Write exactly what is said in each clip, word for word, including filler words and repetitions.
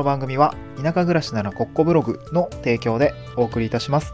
の番組は田舎暮らしならコッコブログの提供でお送りいたします。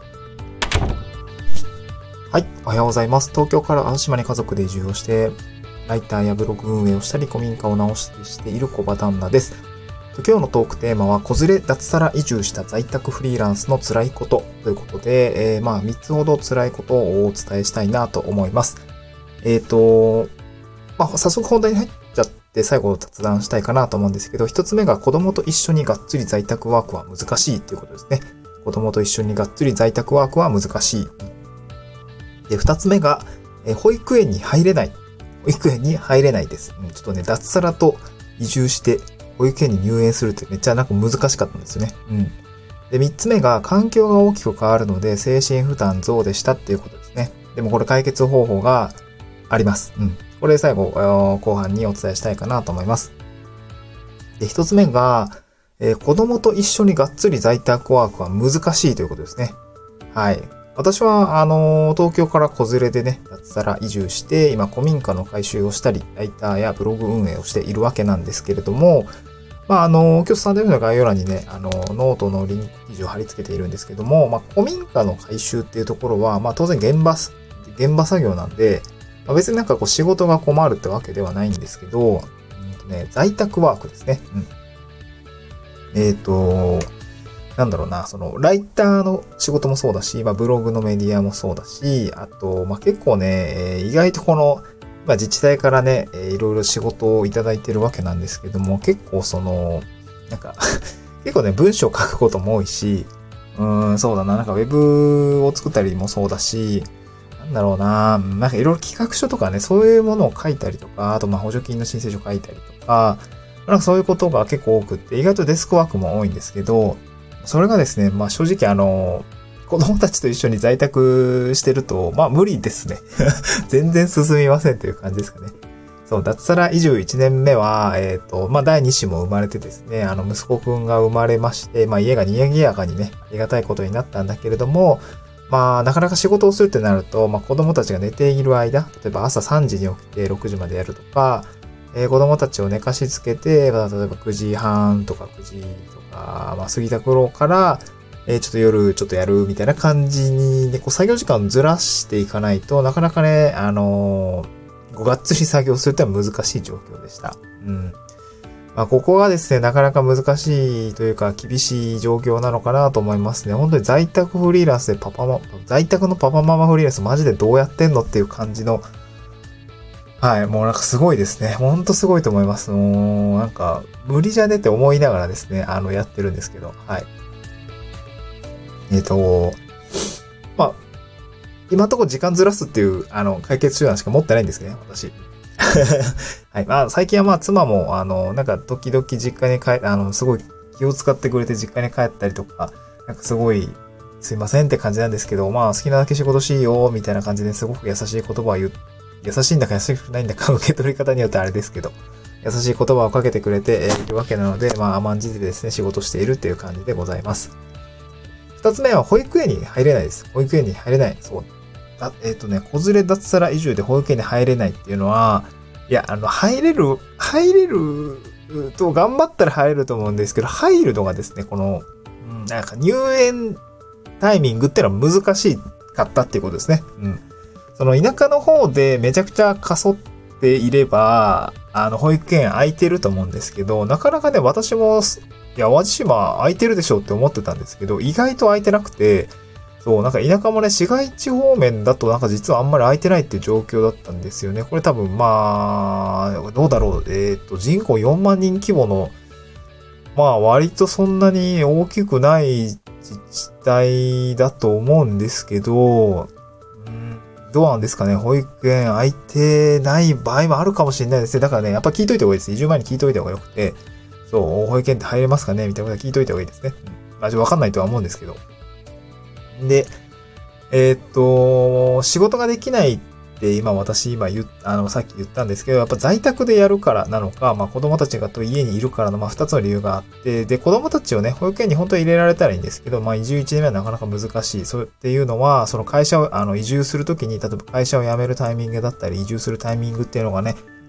はい、おはようございます。東京から淡島に家族で移住をして、ライターやブログ運営をしたり、古民家を直してしている小場旦那です。今日のトークテーマは、子連れ脱サラ移住した在宅フリーランスの辛いことということで、えー、まあみっつほど辛いことをお伝えしたいなと思います。えっと、まあ早速本題に入っちゃって最後雑談したいかなと思うんですけど、一つ目が子供と一緒にがっつり在宅ワークは難しいということですね。子供と一緒にがっつり在宅ワークは難しい。で、二つ目が、え保育園に入れない。保育園に入れないです。ちょっとね、脱サラと移住して、保育園に入園するってめっちゃなんか難しかったんですよね。うん。で、三つ目が、環境が大きく変わるので、精神負担増でしたっていうことですね。でもこれ解決方法があります。うん。これ最後、後半にお伝えしたいかなと思います。で、一つ目が、えー、子供と一緒にがっつり在宅ワークは難しいということですね。はい。私は、あの、東京から子連れでね、脱サラ移住して、今、古民家の改修をしたり、ライターやブログ運営をしているわけなんですけれども、まあ、あの、今日スタンド エフ の概要欄にね、あの、ノートのリンク記事を貼り付けているんですけども、まあ、古民家の改修っていうところは、まあ、当然現場、現場作業なんで、まあ、別になんかこう仕事が困るってわけではないんですけど、うんとね、在宅ワークですね。うん。えっと、なんだろうな、その、ライターの仕事もそうだし、まあ、ブログのメディアもそうだし、あと、まあ、結構ね、意外とこの、まあ、自治体からね、いろいろ仕事をいただいてるわけなんですけども、結構その、なんか、結構ね、文章を書くことも多いし、うーん、そうだな、なんかウェブを作ったりもそうだし、なんだろうな、なんかいろいろ企画書とかね、そういうものを書いたりとか、あとまあ補助金の申請書書いたりとか、なんかそういうことが結構多くって、意外とデスクワークも多いんですけど、それがですね、まあ正直あの、子供たちと一緒に在宅してると、まあ無理ですね。全然進みませんという感じですかね。そう、脱サラ移住いちねんめは、えっと、まあだいに子も生まれてですね、あの息子くんが生まれまして、まあ家がにぎやかにね、ありがたいことになったんだけれども、まあなかなか仕事をするってなると、まあ子供たちが寝ている間、例えば朝さんじに起きてろくじまでやるとか、えー、子供たちを寝かしつけて、まあ、例えばくじはんとかくじとか、まあ過ぎた頃から、えー、ちょっと夜ちょっとやるみたいな感じにね、こう作業時間をずらしていかないとなかなかね、あのー、がっつり作業するってのは難しい状況でした。うん。まあここがですね、なかなか難しいというか厳しい状況なのかなと思いますね。本当に在宅フリーランスでパパマ、在宅のパパママフリーランスマジでどうやってんのっていう感じの、はい、もうなんかすごいですね。ほんとすごいと思います。もうなんか無理じゃねって思いながらですね、あのやってるんですけど、はい。えっと、まあ、今のところ時間ずらすっていう、あの、解決手段しか持ってないんですけどね、私。はい。まあ、最近はまあ、妻も、あの、なんか、時々実家に帰、あの、すごい気を使ってくれて実家に帰ったりとか、なんかすごい、すいませんって感じなんですけど、まあ、好きなだけ仕事しいよ、みたいな感じですごく優しい言葉を言う、優しいんだか優しくないんだか受け取り方によってあれですけど、優しい言葉をかけてくれているわけなので、まあ、甘んじてですね、仕事しているっていう感じでございます。二つ目は保育園に入れないです。保育園に入れない。そう。だえっとね、子連れ脱サラ移住で保育園に入れないっていうのは、いや、あの、入れる、入れると頑張ったら入れると思うんですけど、入るのがですね、この、うん、なんか入園タイミングっていうのは難しかったっていうことですね。うん。その田舎の方でめちゃくちゃかそっていれば、あの、保育園空いてると思うんですけど、なかなかね、私も、いや、淡路島空いてるでしょって思ってたんですけど、意外と空いてなくて、そう、なんか田舎もね、市街地方面だとなんか実はあんまり空いてないっていう状況だったんですよね。これ多分まあ、どうだろう。えっと、人口よんまんにん規模の、まあ割とそんなに大きくない自治体だと思うんですけど、どうなんですかね。保育園空いてない場合もあるかもしれないですね。だからね、やっぱ聞いといた方がいいです。移住前に聞いといた方がよくて、そう、保育園って入れますかねみたいなことは聞いといた方がいいですね。うん、まあ、わかんないとは思うんですけど。で、えー、っと、仕事ができないって今私今言っ、あの、さっき言ったんですけど、やっぱ在宅でやるからなのか、まあ子供たちがと家にいるからの、まあ二つの理由があって、で、子供たちをね、保育園に本当に入れられたらいいんですけど、まあ移住いちねんめはなかなか難しい。そうっていうのは、その会社を、あの、移住するときに、例えば会社を辞めるタイミングだったり、移住するタイミングっていうのがね、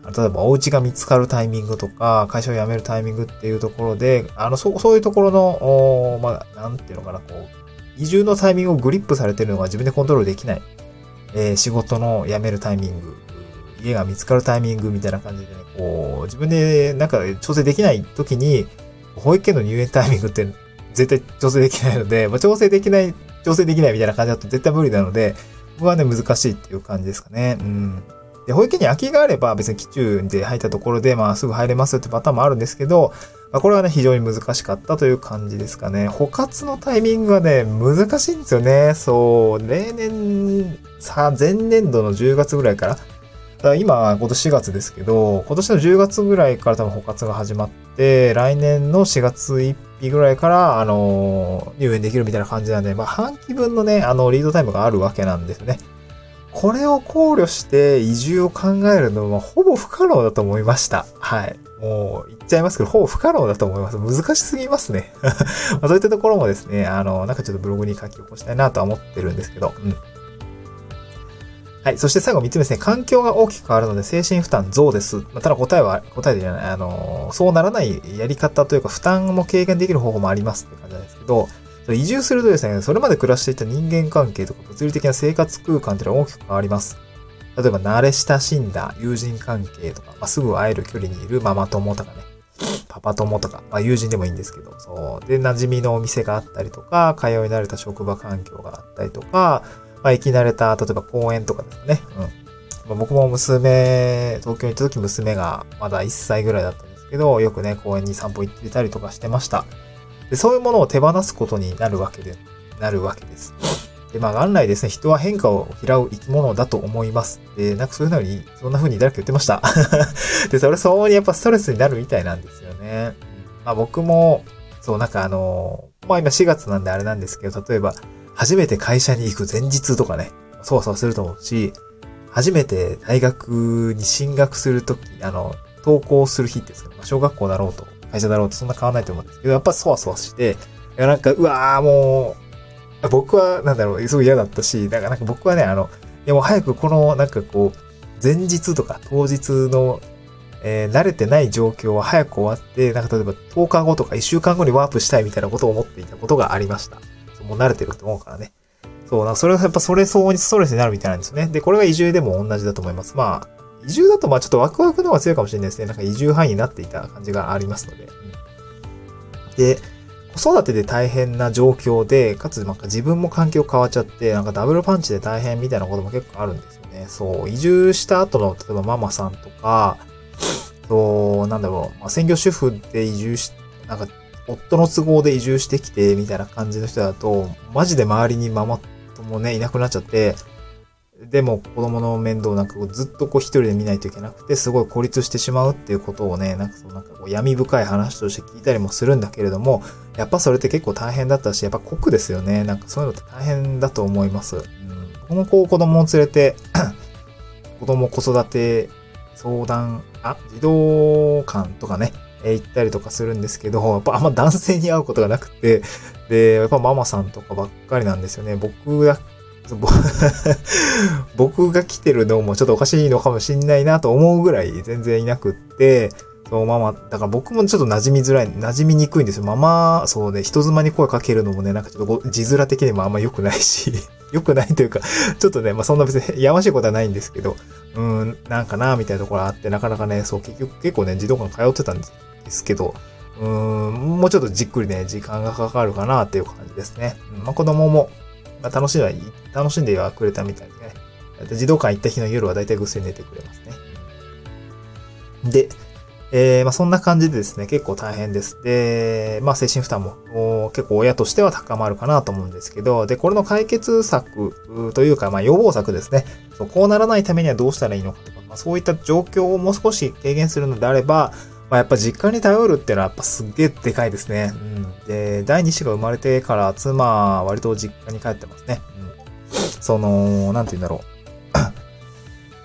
例えばお家が見つかるタイミングとか、会社を辞めるタイミングっていうところで、あの、そう、そういうところの、まあ、なんていうのかな、こう、移住のタイミングをグリップされてるのが自分でコントロールできない。えー、仕事の辞めるタイミング、家が見つかるタイミングみたいな感じでね、こう、自分でなんか調整できない時に、保育園の入園タイミングって絶対調整できないので、まあ、調整できない、調整できないみたいな感じだと絶対無理なので、僕はね、難しいっていう感じですかね。うん。で、保育園に空きがあれば別に基中で入ったところで、まあすぐ入れますよってパターンもあるんですけど、まあこれはね、非常に難しかったという感じですかね。補活のタイミングがね、難しいんですよね。そう、例年、さ、前年度のじゅうがつぐらいから、だから今、今年しがつですけど、今年のじゅうがつぐらいから多分補活が始まって、来年のしがつついたちぐらいから、あの、入園できるみたいな感じなんで、まあ半期分のね、あの、リードタイムがあるわけなんですよね。これを考慮して移住を考えるのはほぼ不可能だと思いました。はい。もう言っちゃいますけど、ほぼ不可能だと思います。難しすぎますね。まあそういったところもですね、あの、なんかちょっとブログに書き起こしたいなとは思ってるんですけど、うん。はい。そして最後みっつめですね。環境が大きく変わるので精神負担増です。まあ、ただ答えは、答えでじゃない、あの、そうならないやり方というか負担も軽減できる方法もありますって感じなんですけど、移住するとですね、それまで暮らしていた人間関係とか物理的な生活空間っていうのは大きく変わります。例えば慣れ親しんだ友人関係とか、まあ、すぐ会える距離にいるママ友とかね、パパ友とか、まあ友人でもいいんですけど、そう。で、馴染みのお店があったりとか、通い慣れた職場環境があったりとか、まあ行き慣れた、例えば公園とかですね。うん。まあ、僕も娘、東京に行った時娘がまだいっさいぐらいだったんですけど、よくね、公園に散歩行ってたりとかしてました。で、そういうものを手放すことになるわけで、なるわけです。で、まあ、元来ですね、人は変化を嫌う生き物だと思います。で、なんかそういうのに、そんな風に誰か言ってました。で、それ相応にやっぱストレスになるみたいなんですよね。まあ僕も、そう、なんかあの、まあ今しがつなんであれなんですけど、例えば、初めて会社に行く前日とかね、そわそわすると思うし、初めて大学に進学するとき、あの、登校する日ってですか、小学校だろうと、会社だろうとそんな変わらないと思うんですけど、やっぱそわそわして、いやなんか、うわーもう、僕は、なんだろう、すごい嫌だったし、だからなんか僕はね、あの、いやもう早くこの、なんかこう、前日とか当日の、えー、慣れてない状況は早く終わって、なんか例えばとおかごとかいっしゅうかんごにワープしたいみたいなことを思っていたことがありました。もう慣れてると思うからね。そうな、それがやっぱそれ相応にストレスになるみたいなんですよね。で、これが移住でも同じだと思います。まあ、移住だとまあちょっとワクワクの方が強いかもしれないですね。なんか移住範囲になっていた感じがありますので。うん、で、子育てで大変な状況で、かつなんか自分も環境変わっちゃって、なんかダブルパンチで大変みたいなことも結構あるんですよね。そう、移住した後の、例えばママさんとか、そう、なんだろう、まあ、専業主婦で移住し、なんか、夫の都合で移住してきて、みたいな感じの人だと、マジで周りにママ友ね、いなくなっちゃって、でも子供の面倒なんかこうずっとこう一人で見ないといけなくて、すごい孤立してしまうっていうことをね、なんかそのなんかこう闇深い話として聞いたりもするんだけれども、やっぱそれって結構大変だったし、やっぱ酷ですよね。なんかそういうのって大変だと思います。うん、僕もこう子供を連れて、子供子育て相談、あ、児童館とかね、えー、行ったりとかするんですけど、やっぱあんま男性に会うことがなくて、で、やっぱママさんとかばっかりなんですよね。僕だ僕が来てるのもちょっとおかしいのかもしんないなと思うぐらい全然いなくって、そう、ママ、だから僕もちょっと馴染みづらい、馴染みにくいんですよ。ママ、そうね、人妻に声かけるのもね、なんかちょっと字面的にもあんま良くないし、良くないというか、ちょっとね、まあそんな別にやましいことはないんですけど、うん、なんかな、みたいなところあって、なかなかね、そう、結局結構ね、児童館通ってたんですけど、うーん、もうちょっとじっくりね、時間がかかるかなっていう感じですね。うん、まあ子供も、まあ、楽しんで楽しんではくれたみたいですね。児童館行った日の夜はだいたいぐっすり寝てくれますね。で、えー、まあそんな感じでですね、結構大変です。で、まあ精神負担も結構親としては高まるかなと思うんですけど、で、これの解決策というか、まあ予防策ですね。そう、こうならないためにはどうしたらいいのかとか、まあそういった状況をもう少し軽減するのであれば、まあやっぱ実家に頼るっていうのはやっぱすっげえでかいですね。うん。で、だいに子が生まれてから妻は割と実家に帰ってますね。うん。その、なんて言うんだろう。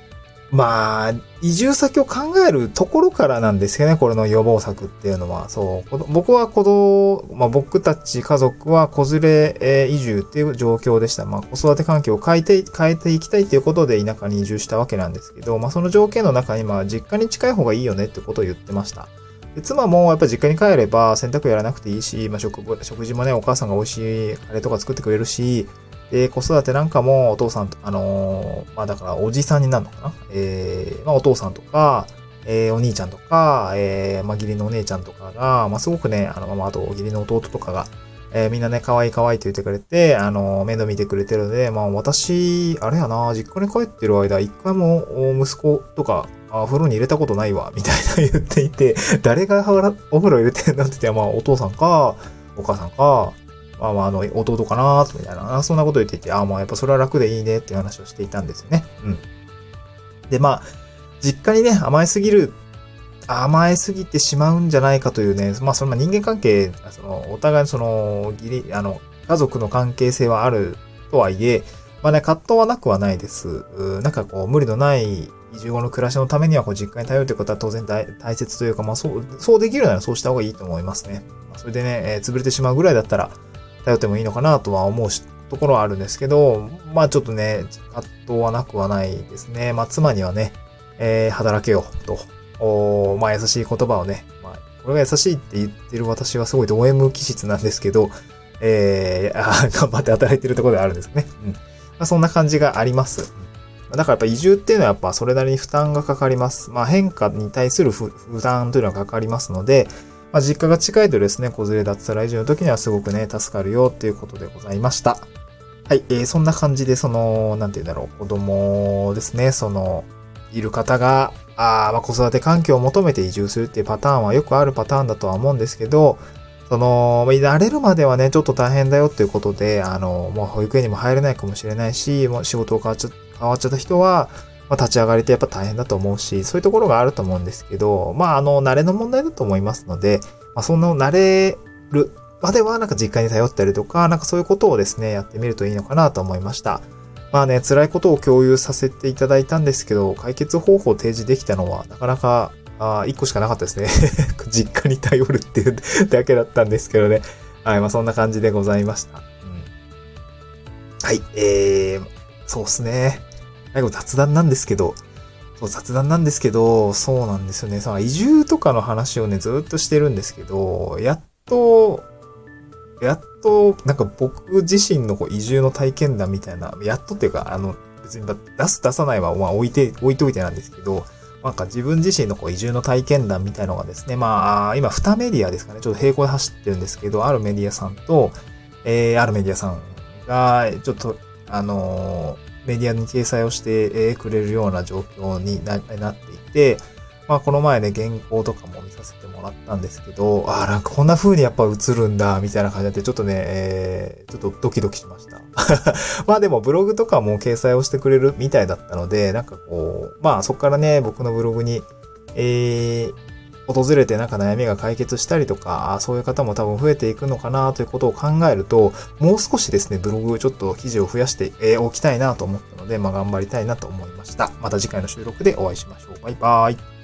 まあ、移住先を考えるところからなんですよね、これの予防策っていうのは。そう。僕は子供、まあ僕たち家族は子連れ、えー移住っていう状況でした。まあ子育て環境を変えて、変えていきたいということで田舎に移住したわけなんですけど、まあその条件の中にまあ実家に近い方がいいよねってことを言ってました。で妻もやっぱり実家に帰れば洗濯やらなくていいし、まあ食、食事もね、お母さんが美味しいカレーとか作ってくれるし、で、子育てなんかもお父さんと、あのーまあだからおじさんになるのかなえー、まあお父さんとか、えー、お兄ちゃんとか、えー、まあ義理のお姉ちゃんとかが、まあすごくね、あの、まああと義理の弟とかが、えー、みんなね、可愛い可愛いって言ってくれて、あのー面倒見てくれてるので、まあ私、あれやな、実家に帰ってる間、一回もお息子とか、あ、風呂に入れたことないわ、みたいな言っていて、誰がお風呂入れてんのって言って、まあお父さんか、お母さんか、まあまあ、あの、弟かなみたいな、そんなこと言っていて、ああ、まあやっぱそれは楽でいいねっていう話をしていたんですよね。うん。で、まあ、実家にね、甘えすぎる、甘えすぎてしまうんじゃないかというね、まあその人間関係、その、お互いその、義理、あの、家族の関係性はあるとはいえ、まあね、葛藤はなくはないです。うなんかこう、無理のない移住後の暮らしのためには、こう、実家に頼るということは当然大大切というか、まあそう、そうできるならそうした方がいいと思いますね。まあ、それでね、えー潰れてしまうぐらいだったら、頼ってもいいのかなとは思うしところはあるんですけど、まあちょっとね、葛藤はなくはないですね。まあ妻にはね、えー、働けよと、おまあ優しい言葉をね、まあこれが優しいって言ってる私はすごいド M 気質なんですけど、えー、あ頑張って働いてるところではあるんですね。うん。まあそんな感じがあります。だからやっぱ移住っていうのはやっぱそれなりに負担がかかります。まあ変化に対する負担というのがかかりますので、まあ、実家が近いとですね、子連れ脱サラ移住の時にはすごくね、助かるよっていうことでございました。はい、えー、そんな感じで、その、なんて言うんだろう、子供ですね、その、いる方が、あまあ子育て環境を求めて移住するっていうパターンはよくあるパターンだとは思うんですけど、その、慣れるまではね、ちょっと大変だよっていうことで、あの、もう保育園にも入れないかもしれないし、もう仕事を変わっちゃ、変わっちゃった人は、まあ、立ち上がりってやっぱ大変だと思うし、そういうところがあると思うんですけど、まあ、あの、慣れの問題だと思いますので、まあ、その慣れるまではなんか実家に頼ったりとか、なんかそういうことをですね、やってみるといいのかなと思いました。まあね、辛いことを共有させていただいたんですけど、解決方法を提示できたのはなかなか、あ一個しかなかったですね。実家に頼るっていうだけだったんですけどね。はい、まあそんな感じでございました。うん、はい、えー、そうですね。最後雑談なんですけど、そう雑談なんですけど、そうなんですよね。その移住とかの話をね、ずっとしてるんですけど、やっと、やっと、なんか僕自身のこう移住の体験談みたいな、やっとっていうか、あの、別に出す出さないはまあ置いて、置いといてなんですけど、なんか自分自身のこう移住の体験談みたいのがですね、まあ、今にメディアですかね、ちょっと並行で走ってるんですけど、あるメディアさんと、えー、あるメディアさんが、ちょっと、あのーメディアに掲載をしてくれるような状況になっていて、まあこの前ね、原稿とかも見させてもらったんですけど、ああ、なんかこんな風にやっぱ映るんだ、みたいな感じになって、ちょっとね、えー、ちょっとドキドキしました。まあでもブログとかも掲載をしてくれるみたいだったので、なんかこう、まあそこからね、僕のブログに、えー、訪れてなんか悩みが解決したりとか、そういう方も多分増えていくのかなということを考えると、もう少しですね、ブログちょっと記事を増やしておきたいなと思ったので、まあ頑張りたいなと思いました。また次回の収録でお会いしましょう。バイバーイ。